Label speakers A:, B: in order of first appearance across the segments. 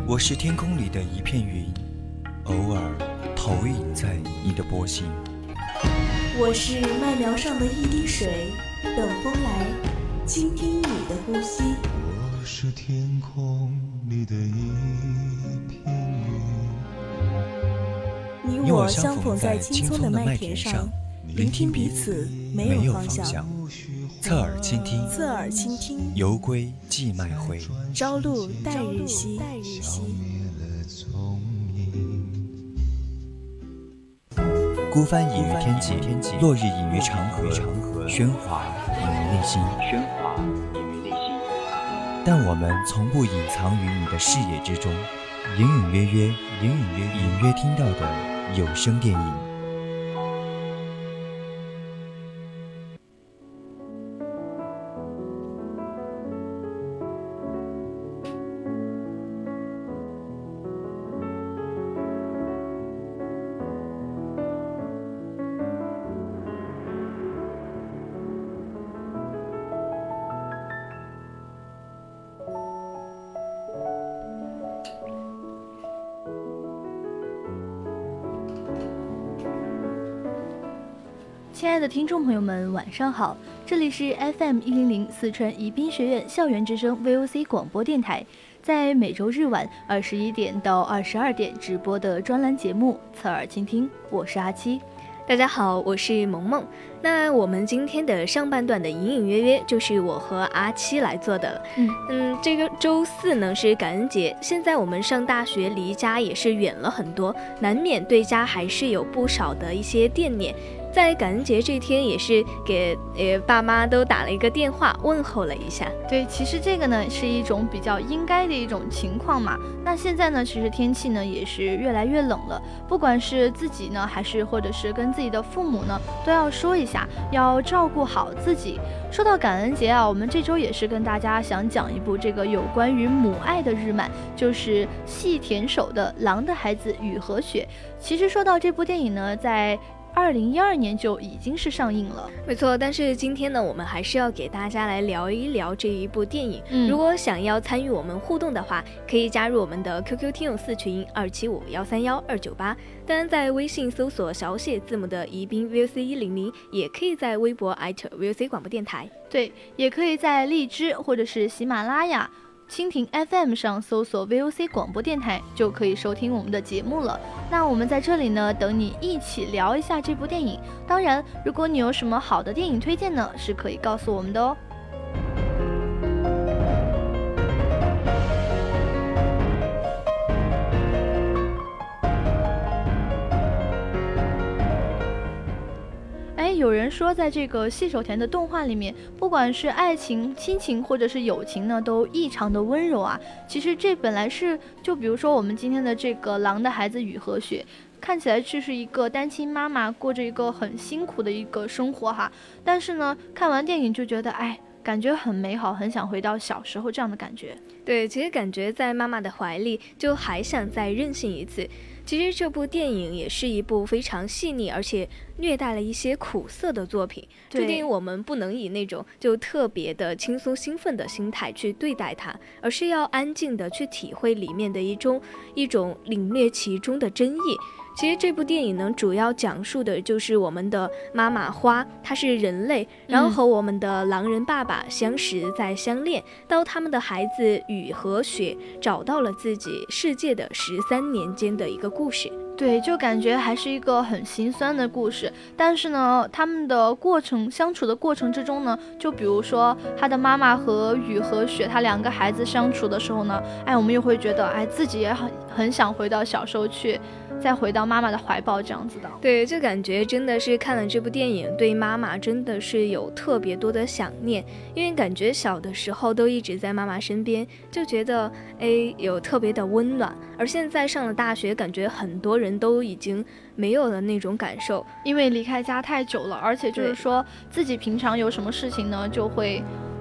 A: 我是天空里的一片云，偶尔投影在你的波心。
B: 我是麦苗上的一滴水，等风来，倾听你的呼吸。
C: 我是天空里的一片
B: 云，你我相逢在青葱的麦田上，聆听彼此没有方向。
A: 侧耳倾听，
B: 侧耳倾听，
A: 犹归寄麦回，
B: 朝露待日晞。
A: 孤帆隐于天际，落日隐于长河，喧哗隐于内心。但我们从不隐藏于你的视野之中，隐约听到的有声电影。
D: 亲爱的听众朋友们，晚上好！这里是 FM100四川宜宾学院校园之声 VOC 广播电台，在每周日晚21点到22点直播的专栏节目《侧耳倾听》，我是阿七。
E: 大家好，我是萌萌。那我们今天的上半段的隐隐约约就是我和阿七来做的了。这个周四呢是感恩节，现在我们上大学离家也是远了很多，难免对家还是有不少的一些惦念。在感恩节这天也是给爸妈都打了一个电话问候了一下。
D: 对，其实这个呢是一种比较应该的一种情况嘛。那现在呢其实天气呢也是越来越冷了，不管是自己呢还是或者是跟自己的父母呢都要说一下，要照顾好自己。说到感恩节啊，我们这周也是跟大家想讲一部这个有关于母爱的日漫，就是细田守的《狼的孩子雨和雪》。其实说到这部电影呢，在2012年就已经是上映了，
E: 没错。但是今天呢，我们还是要给大家来聊一聊这一部电影。如果想要参与我们互动的话，可以加入我们的 QQ 听友4群275131298。当然，在微信搜索小写字母的宜宾 VOC100，也可以在微博@VOC 广播电台。
D: 对，也可以在荔枝或者是喜马拉雅、蜻蜓 FM 上搜索 VOC 广播电台，就可以收听我们的节目了。那我们在这里呢，等你一起聊一下这部电影。当然，如果你有什么好的电影推荐呢，是可以告诉我们的哦。有人说在这个细手田的动画里面，不管是爱情、亲情或者是友情呢，都异常的温柔啊。其实这本来是，就比如说我们今天的这个狼的孩子雨和雪，看起来就是一个单亲妈妈过着一个很辛苦的一个生活哈。但是呢，看完电影就觉得感觉很美好，很想回到小时候这样的感觉。
E: 对，其实感觉在妈妈的怀里就还想再任性一次。其实这部电影也是一部非常细腻而且略带了一些苦涩的作品。这电影我们不能以那种就特别的轻松兴奋的心态去对待它，而是要安静的去体会里面的一种领略其中的真意。其实这部电影呢，主要讲述的就是我们的妈妈花，她是人类，然后和我们的狼人爸爸相识再相恋，到他们的孩子雨和雪找到了自己世界的13年间的一个故事。
D: 对，就感觉还是一个很心酸的故事。但是呢，他们的相处的过程之中呢，就比如说他的妈妈和雨和雪，他2个孩子相处的时候呢，我们又会觉得，自己也很想回到小时候去，再回到妈妈的怀抱这样子的。
E: 对，就感觉真的是看了这部电影，对妈妈真的是有特别多的想念，因为感觉小的时候都一直在妈妈身边，就觉得有特别的温暖。而现在上了大学，感觉很多人都已经没有了那种感受，
D: 因为离开家太久了，而且就是说自己平常有什么事情呢，就会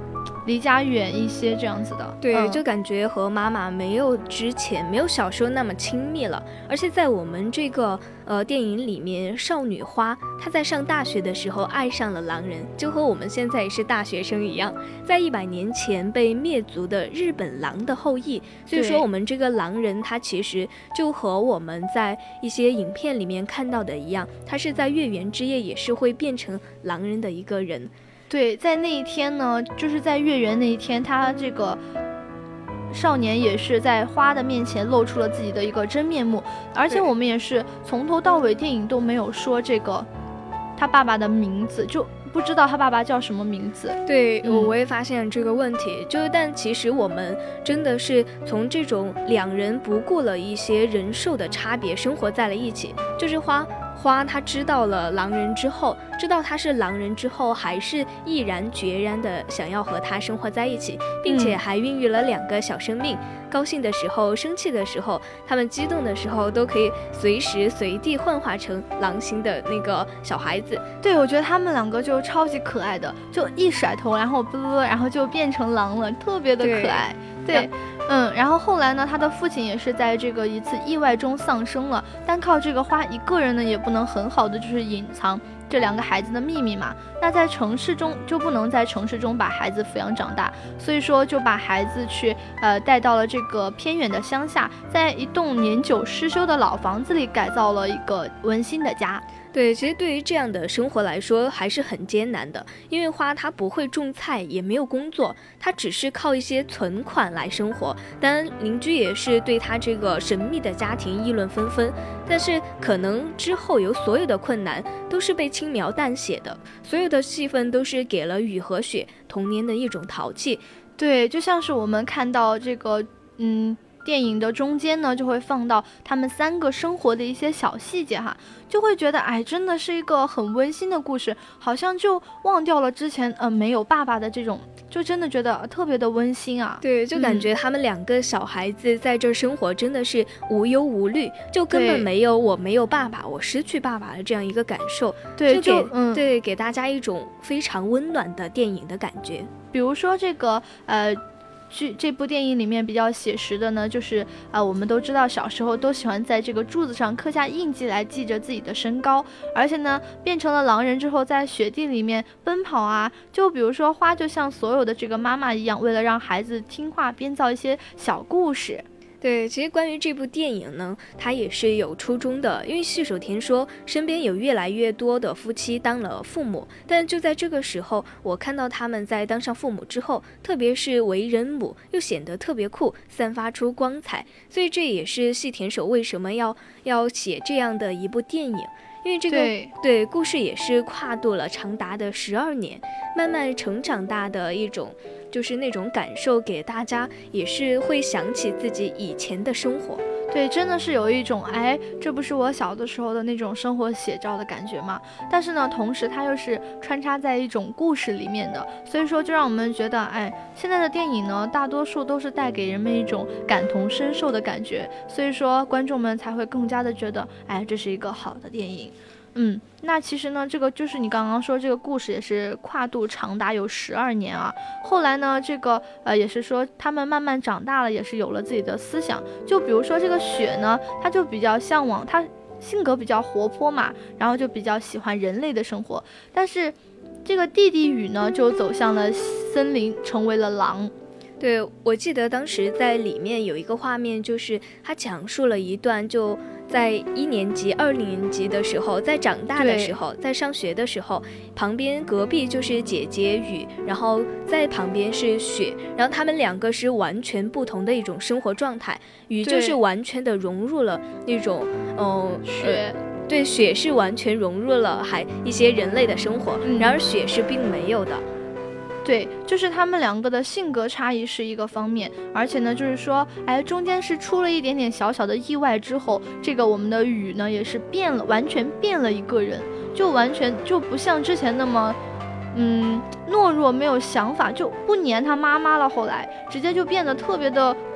D: 离家远一些这样子的。
E: 对，就感觉和妈妈没有小时候那么亲密了。而且在我们这个电影里面，少女花她在上大学的时候爱上了狼人，就和我们现在也是大学生一样，在100年前被灭族的日本狼的后裔。所以说我们这个狼人他其实就和我们在一些影片里面看到的一样，他是在月圆之夜也是会变成狼人的一个人。
D: 对，在那一天呢，就是在月圆那一天，他这个少年也是在花的面前露出了自己的一个真面目。而且我们也是从头到尾电影都没有说这个他爸爸的名字，就不知道他爸爸叫什么名字。
E: 对，我也发现这个问题，但其实我们真的是从这种两人不顾了一些人兽的差别生活在了一起。就是花他知道了狼人之后，知道他是狼人之后，还是毅然决然的想要和他生活在一起，并且还孕育了2个小生命。高兴的时候，生气的时候，他们激动的时候，都可以随时随地幻化成狼形的那个小孩子。
D: 对，我觉得他们2个就超级可爱的，就一甩头，然后然后就变成狼了，特别的可爱。对，然后后来呢，他的父亲也是在这个一次意外中丧生了，单靠这个花一个人呢，也不能很好的就是隐藏这2个孩子的秘密嘛。那在城市中就不能在城市中把孩子抚养长大，所以说就把孩子去带到了这个偏远的乡下，在一栋年久失修的老房子里改造了一个温馨的家。
E: 对，其实对于这样的生活来说还是很艰难的，因为花他不会种菜，也没有工作，他只是靠一些存款来生活。当然邻居也是对他这个神秘的家庭议论纷纷，但是可能之后有所有的困难都是被轻描淡写的，所有的戏份都是给了雨和雪童年的一种淘气。
D: 对，就像是我们看到这个电影的中间呢，就会放到他们3个生活的一些小细节哈，就会觉得真的是一个很温馨的故事，好像就忘掉了之前没有爸爸的这种，就真的觉得特别的温馨啊。
E: 对，就感觉他们2个小孩子在这生活真的是无忧无虑，就根本没有我没有爸爸，我失去爸爸的这样一个感受。
D: 对，
E: 对，给大家一种非常温暖的电影的感觉。
D: 比如说这个这部电影里面比较写实的呢，就是我们都知道小时候都喜欢在这个柱子上刻下印记来记着自己的身高，而且呢变成了狼人之后在雪地里面奔跑啊，就比如说花就像所有的这个妈妈一样，为了让孩子听话编造一些小故事。
E: 对，其实关于这部电影呢，它也是有初衷的，因为细手田说身边有越来越多的夫妻当了父母，但就在这个时候，我看到他们在当上父母之后，特别是为人母，又显得特别酷，散发出光彩，所以这也是细田守为什么要写这样的一部电影。因为这个对故事也是跨度了长达的12年，慢慢成长大的一种就是那种感受，给大家也是会想起自己以前的生活。
D: 对，真的是有一种这不是我小的时候的那种生活写照的感觉嘛。但是呢，同时它又是穿插在一种故事里面的，所以说就让我们觉得，现在的电影呢，大多数都是带给人们一种感同身受的感觉，所以说观众们才会更加的觉得，这是一个好的电影。那其实呢，这个就是你刚刚说这个故事也是跨度长达有12年啊。后来呢，这个也是说他们慢慢长大了，也是有了自己的思想。就比如说这个雪呢，他就比较向往，他性格比较活泼嘛，然后就比较喜欢人类的生活。但是这个弟弟雨呢，就走向了森林，成为了狼。
E: 对，我记得当时在里面有一个画面，就是他讲述了一段，就在1年级、2年级的时候，在长大的时候，在上学的时候，旁边隔壁就是姐姐雨，然后在旁边是雪，然后他们2个是完全不同的一种生活状态。雨就是完全的融入了那种
D: 雪。
E: 对，雪是完全融入了一些人类的生活，然而雪是并没有的。
D: 对，就是他们2个的性格差异是一个方面，而且呢，就是说，中间是出了一点点小小的意外之后，这个我们的雨呢也是完全变了一个人，就完全就不像之前那么，懦弱没有想法，就不黏他妈妈了，后来直接就变得特别的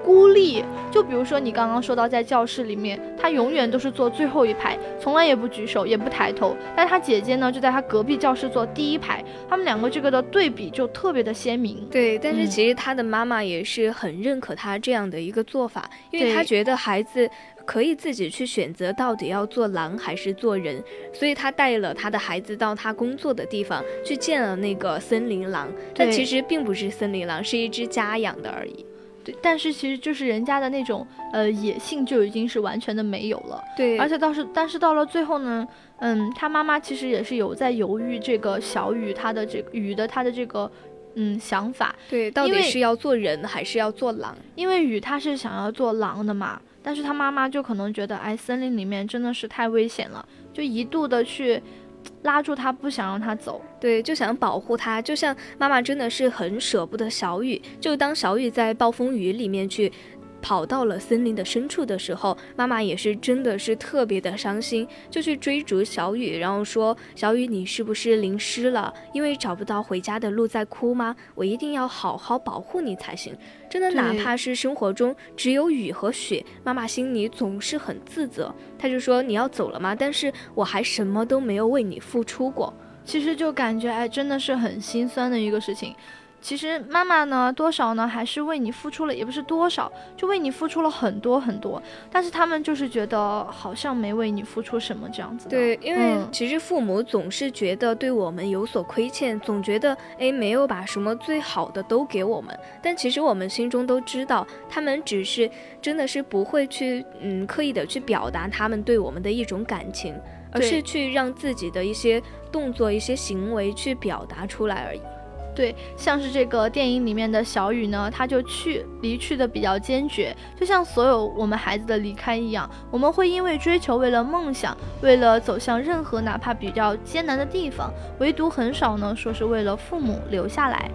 D: 孤立。就比如说你刚刚说到在教室里面，他永远都是坐最后一排，从来也不举手也不抬头，但他姐姐呢就在他隔壁教室坐第一排，他们两个这个的对比就特别的鲜明。
E: 对，但是其实他的妈妈也是很认可他这样的一个做法，因为他觉得孩子可以自己去选择到底要做狼还是做人，所以他带了他的孩子到他工作的地方去见了那个森林狼，但其实并不是森林狼，是一只家养的而已。
D: 对，但是其实就是人家的那种野性就已经是完全的没有了。
E: 对，
D: 而且但是到了最后呢，他妈妈其实也是有在犹豫这个小雨他的这个想法。
E: 对，到底是要做人还是要做狼？
D: 因为雨他是想要做狼的嘛，但是他妈妈就可能觉得，森林里面真的是太危险了，就一度的去拉住他，不想让他走。
E: 对，就想保护他，就像妈妈真的是很舍不得小雨，就当小雨在暴风雨里面去跑到了森林的深处的时候，妈妈也是真的是特别的伤心，就去追逐小雨，然后说，小雨你是不是淋湿了？因为找不到回家的路在哭吗？我一定要好好保护你才行。真的，哪怕是生活中只有雨和雪，妈妈心里总是很自责。她就说，你要走了吗？但是我还什么都没有为你付出过。
D: 其实就感觉真的是很心酸的一个事情。其实妈妈呢，多少呢还是为你付出了，也不是多少，就为你付出了很多很多，但是他们就是觉得好像没为你付出什么这样子的。
E: 对，因为其实父母总是觉得对我们有所亏欠，总觉得没有把什么最好的都给我们，但其实我们心中都知道，他们只是真的是不会去刻意的去表达他们对我们的一种感情，而是去让自己的一些动作一些行为去表达出来而已。
D: 对，像是这个电影里面的小雨呢，他就离去的比较坚决，就像所有我们孩子的离开一样，我们会因为追求，为了梦想，为了走向任何哪怕比较艰难的地方，唯独很少呢说是为了父母留下来。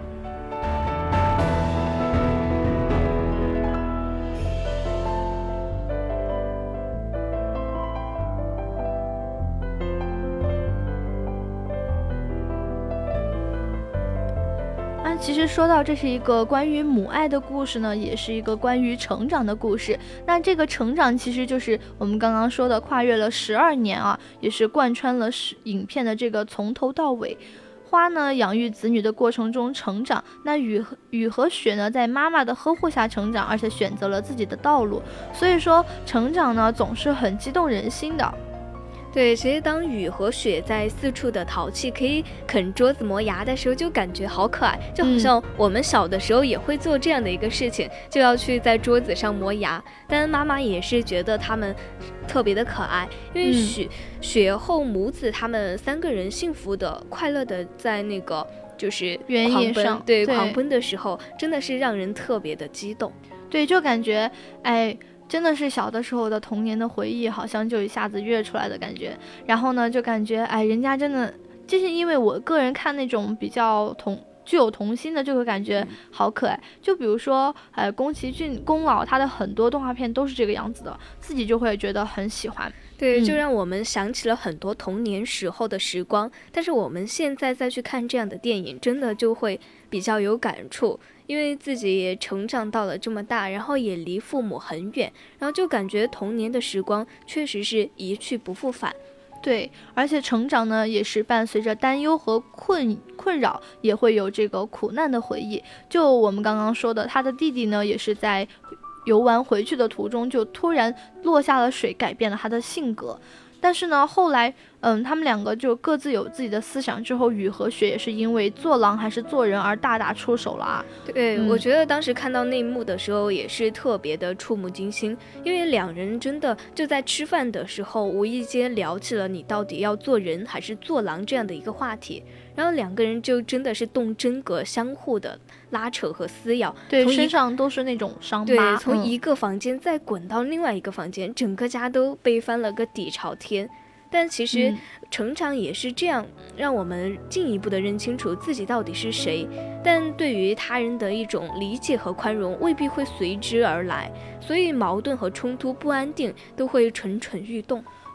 D: 其实说到这是一个关于母爱的故事呢，也是一个关于成长的故事。那这个成长其实就是我们刚刚说的跨越了12年啊，也是贯穿了影片的这个从头到尾。花呢养育子女的过程中成长，那雨和雪呢在妈妈的呵护下成长，而且选择了自己的道路。所以说成长呢总是很激动人心的。
E: 对，其实当雨和雪在四处的淘气，可以啃桌子磨牙的时候，就感觉好可爱，就好像我们小的时候也会做这样的一个事情，就要去在桌子上磨牙。但妈妈也是觉得他们特别的可爱，因为雪后母子他们3个人幸福的、快乐的在那个就是
D: 原野上，
E: 对狂奔的时候，真的是让人特别的激动。
D: 对，就感觉真的是小的时候的童年的回忆，好像就一下子跃出来的感觉。然后呢，就感觉人家真的，就是因为我个人看那种比较具有童心的，就会感觉好可爱。就比如说，宫崎骏宫老他的很多动画片都是这个样子的，自己就会觉得很喜欢。
E: 对，就让我们想起了很多童年时候的时光。但是我们现在再去看这样的电影，真的就会比较有感触。因为自己也成长到了这么大，然后也离父母很远，然后就感觉童年的时光确实是一去不复返。
D: 对，而且成长呢也是伴随着担忧和困扰，也会有这个苦难的回忆。就我们刚刚说的，他的弟弟呢也是在游玩回去的途中就突然落下了水，改变了他的性格。但是呢后来他们两个就各自有自己的思想，之后雨和雪也是因为做狼还是做人而大打出手了啊。
E: 对，我觉得当时看到那一幕的时候也是特别的触目惊心，因为两人真的就在吃饭的时候无意间聊起了你到底要做人还是做狼这样的一个话题，然后2个人就真的是动真格，相互的拉扯和撕咬。
D: 对，身上都是那种伤疤。
E: 对，从一个房间再滚到另外一个房间，整个家都被翻了个底朝天。但其实成长也是这样，让我们进一步的认清楚自己到底是谁，但对于他人的一种理解和宽容未必会随之而来，所以矛盾和冲突不安定都会蠢蠢欲动。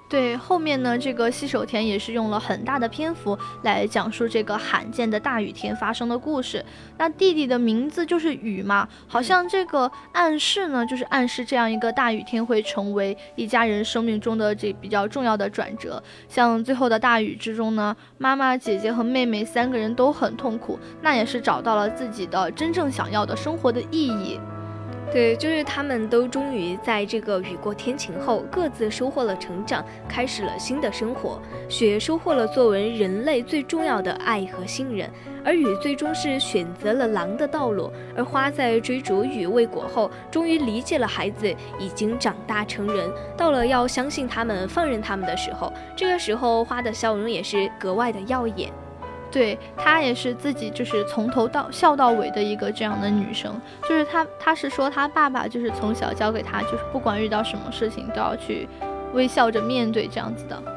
D: 对，后面呢，这个西手田也是用了很大的篇幅来讲述这个罕见的大雨天发生的故事。那弟弟的名字就是雨嘛，好像这个暗示呢，就是暗示这样一个大雨天会成为一家人生命中的这比较重要的转折。像最后的大雨之中呢，妈妈、姐姐和妹妹3个人都很痛苦，那也是找到了自己的真正想要的生活的意义。
E: 对，就是他们都终于在这个雨过天晴后，各自收获了成长，开始了新的生活。雪收获了作为人类最重要的爱和信任，而雨最终是选择了狼的道路。而花在追逐雨未果后，终于理解了孩子已经长大成人，到了要相信他们、放任他们的时候。这个时候，花的笑容也是格外的耀眼。
D: 对，她也是自己就是从头到笑到尾的一个这样的女生，就是她是说她爸爸就是从小教给她，就是不管遇到什么事情都要去微笑着面对这样子的。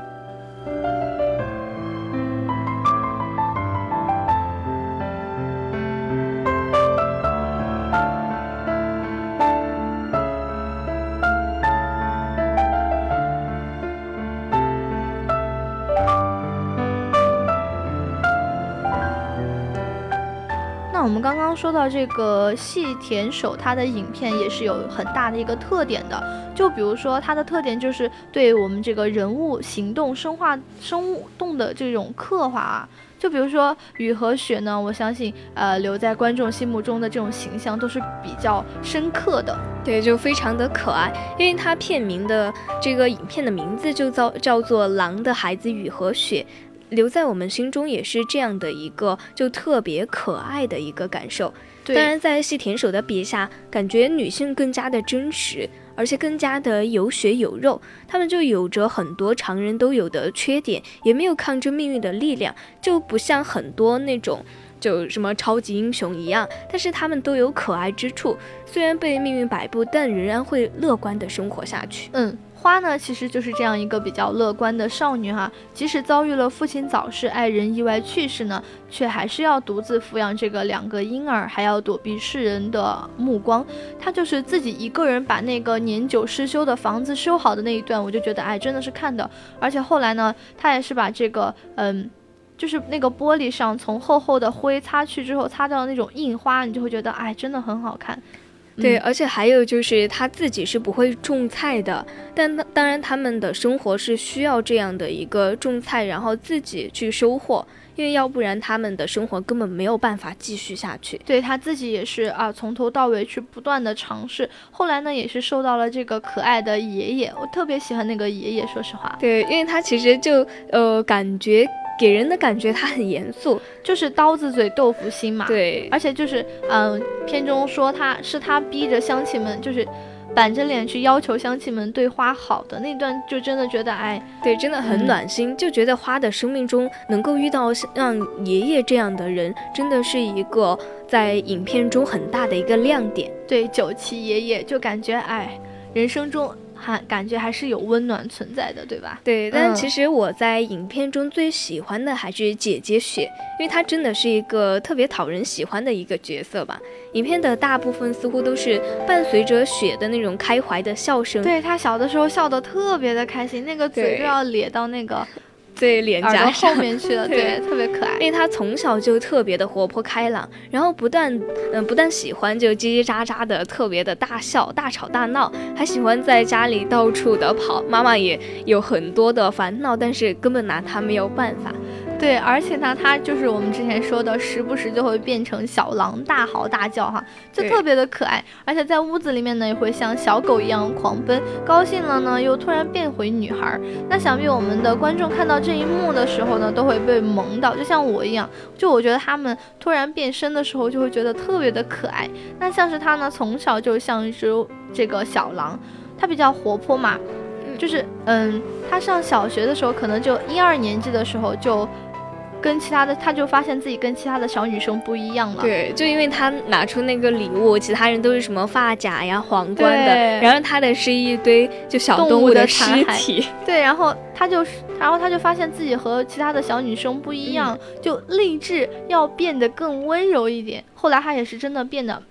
D: 我们刚刚说到这个细田守，他的影片也是有很大的一个特点的，就比如说它的特点就是对我们这个人物行动生动的这种刻画啊。就比如说雨和雪呢，我相信留在观众心目中的这种形象都是比较深刻的。
E: 对，就非常的可爱，因为它片名的这个影片的名字就叫做《狼的孩子雨和雪》。留在我们心中也是这样的一个就特别可爱的一个感受。当然在细田守的笔下，感觉女性更加的真实，而且更加的有血有肉，她们就有着很多常人都有的缺点，也没有抗争命运的力量，就不像很多那种就什么超级英雄一样，但是他们都有可爱之处，虽然被命运摆布，但仍然会乐观的生活下去。
D: 花呢其实就是这样一个比较乐观的少女哈，即使遭遇了父亲早逝、爱人意外去世呢，却还是要独自抚养这个2个婴儿，还要躲避世人的目光。她就是自己一个人把那个年久失修的房子修好的那一段，我就觉得真的是看的。而且后来呢，她也是把这个就是那个玻璃上从厚厚的灰擦去之后，擦掉那种印花，你就会觉得真的很好看。
E: 对，而且还有就是他自己是不会种菜的，但当然他们的生活是需要这样的一个种菜，然后自己去收获，因为要不然他们的生活根本没有办法继续下去。
D: 对，他自己也是从头到尾去不断的尝试，后来呢也是受到了这个可爱的爷爷，我特别喜欢那个爷爷，说实话。
E: 对，因为他其实就感觉给人的感觉他很严肃，
D: 就是刀子嘴豆腐心嘛。
E: 对，
D: 而且就是片中说他逼着乡亲们就是板着脸去要求乡亲们对花好的那段，就真的觉得
E: 对，真的很暖心，就觉得花的生命中能够遇到像爷爷这样的人，真的是一个在影片中很大的一个亮点。
D: 对，九七爷爷就感觉人生中感觉还是有温暖存在的，对吧？
E: 对，但其实我在影片中最喜欢的还是姐姐雪，因为她真的是一个特别讨人喜欢的一个角色吧。影片的大部分似乎都是伴随着雪的那种开怀的笑声。
D: 对，她小的时候笑得特别的开心，那个嘴就要咧到那个
E: 对脸颊
D: 后面去了，对，特别可爱。
E: 因为他从小就特别的活泼开朗，然后不但喜欢就叽叽喳喳的特别的大笑大吵大闹，还喜欢在家里到处的跑。妈妈也有很多的烦恼，但是根本拿他没有办法。
D: 对，而且呢，他就是我们之前说的，时不时就会变成小狼，大嚎大叫哈，就特别的可爱。而且在屋子里面呢，也会像小狗一样狂奔，高兴了呢，又突然变回女孩。那想必我们的观众看到这一幕的时候呢，都会被萌到，就像我一样。就我觉得他们突然变身的时候，就会觉得特别的可爱。那像是他呢，从小就像一只这个小狼，他比较活泼嘛，就是他上小学的时候，可能就1、2年级的时候就。跟其他的，他就发现自己跟其他的小女生不一样了。
E: 对，就因为他拿出那个礼物，其他人都是什么发夹呀、皇冠的，然后他的是一堆就小动物的尸体。
D: 对，然后他就发现自己和其他的小女生不一样，就立志要变得更温柔一点。后来他也是真的变得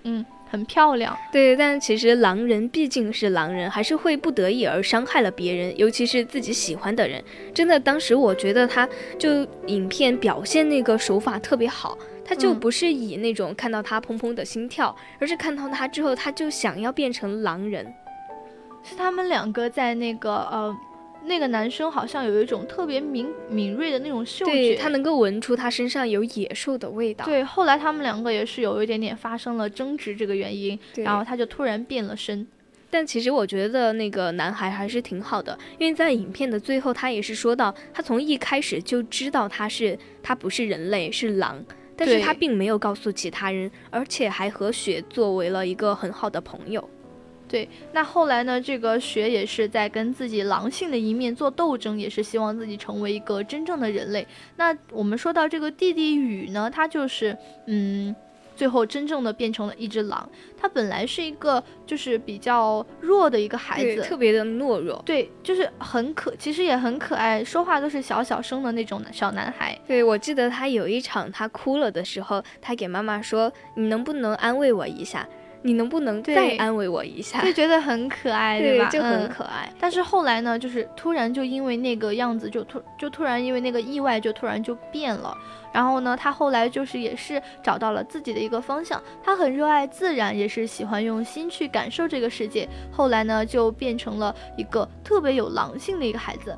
D: 很漂亮。
E: 对，但其实狼人毕竟是狼人，还是会不得已而伤害了别人，尤其是自己喜欢的人。真的，当时我觉得他就影片表现那个手法特别好，他就不是以那种看到他砰砰的心跳，而是看到他之后，他就想要变成狼人。
D: 是他们两个在那个男生好像有一种特别敏锐的那种嗅觉，
E: 对，他能够闻出他身上有野兽的味道。
D: 对，后来他们两个也是有一点点发生了争执这个原因，然后他就突然变了身。
E: 但其实我觉得那个男孩还是挺好的，因为在影片的最后，他也是说到，他从一开始就知道他不是人类，是狼，但是他并没有告诉其他人，而且还和雪作为了一个很好的朋友。
D: 对，那后来呢，这个雪也是在跟自己狼性的一面做斗争，也是希望自己成为一个真正的人类。那我们说到这个弟弟雨呢，他就是最后真正的变成了一只狼。他本来是一个就是比较弱的一个孩子，
E: 特别的懦弱。
D: 对，就是其实也很可爱，说话都是小小声的那种小男孩。
E: 对，我记得他有一场他哭了的时候，他给妈妈说，你能不能安慰我一下，你能不能再安慰我一下，
D: 就觉得很可爱，对吧？
E: 就很可爱。
D: 但是后来呢，就是突然就因为那个样子就突然因为那个意外就突然就变了。然后呢，他后来就是也是找到了自己的一个方向，他很热爱自然，也是喜欢用心去感受这个世界。后来呢，就变成了一个特别有狼性的一个孩子。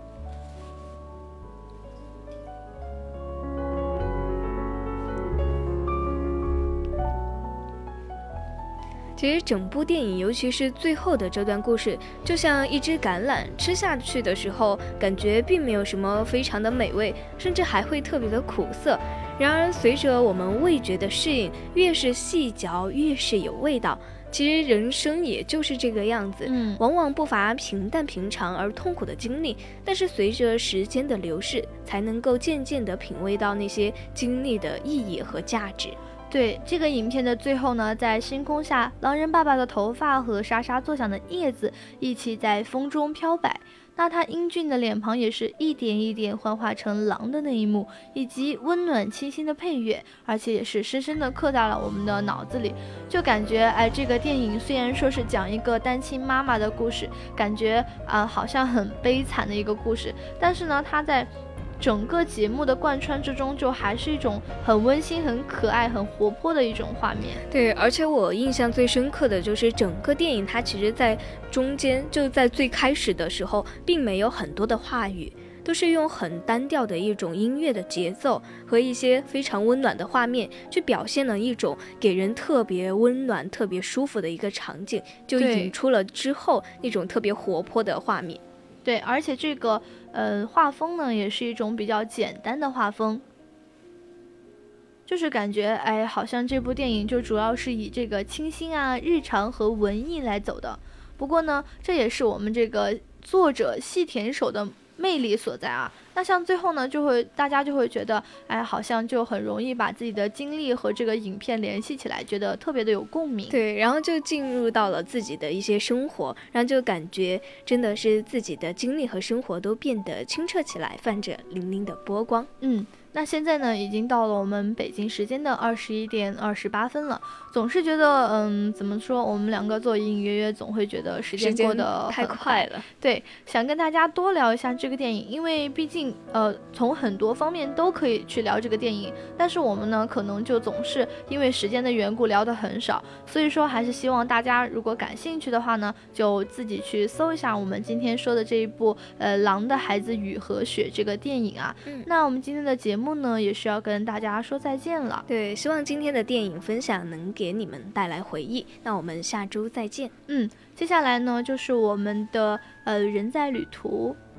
E: 其实整部电影，尤其是最后的这段故事，就像一只橄榄，吃下去的时候感觉并没有什么非常的美味，甚至还会特别的苦涩。然而随着我们味觉的适应，越是细嚼越是有味道。其实人生也就是这个样子，往往不乏平淡平常而痛苦的经历，但是随着时间的流逝，才能够渐渐地品味到那些经历的意义和价值。
D: 对，这个影片的最后呢，在星空下，狼人爸爸的头发和沙沙作响的叶子一起在风中飘摆，那他英俊的脸庞也是一点一点幻化成狼的那一幕，以及温暖清新的配乐，而且也是深深地刻在了我们的脑子里。就感觉这个电影虽然说是讲一个单亲妈妈的故事，感觉好像很悲惨的一个故事，但是呢，它在整个节目的贯穿之中，就还是一种很温馨、很可爱、很活泼的一种画面。
E: 对，而且我印象最深刻的就是整个电影，它其实在中间，就在最开始的时候，并没有很多的话语，都是用很单调的一种音乐的节奏和一些非常温暖的画面，去表现了一种给人特别温暖、特别舒服的一个场景，就引出了之后那种特别活泼的画面。
D: 对，而且这个画风呢，也是一种比较简单的画风，就是感觉好像这部电影就主要是以这个清新日常和文艺来走的。不过呢，这也是我们这个作者细田守的魅力所在啊。那像最后呢，大家就会觉得好像就很容易把自己的经历和这个影片联系起来，觉得特别的有共鸣。
E: 对，然后就进入到了自己的一些生活，然后就感觉真的是自己的经历和生活都变得清澈起来，泛着粼粼的波光。
D: 那现在呢，已经到了我们北京时间的21点28分了。总是觉得，怎么说，我们两个做隐隐约约，总会觉得时间过得
E: 太快了。
D: 对，想跟大家多聊一下这个电影，因为毕竟，从很多方面都可以去聊这个电影，但是我们呢，可能就总是因为时间的缘故聊得很少，所以说还是希望大家如果感兴趣的话呢，就自己去搜一下我们今天说的这一部狼的孩子雨和雪这个电影啊。那我们今天的节目呢，也是要跟大家说再见了。
E: 对，希望今天的电影分享能给你们带来回忆。那我们下周再见。
D: 接下来呢，就是我们的人在旅途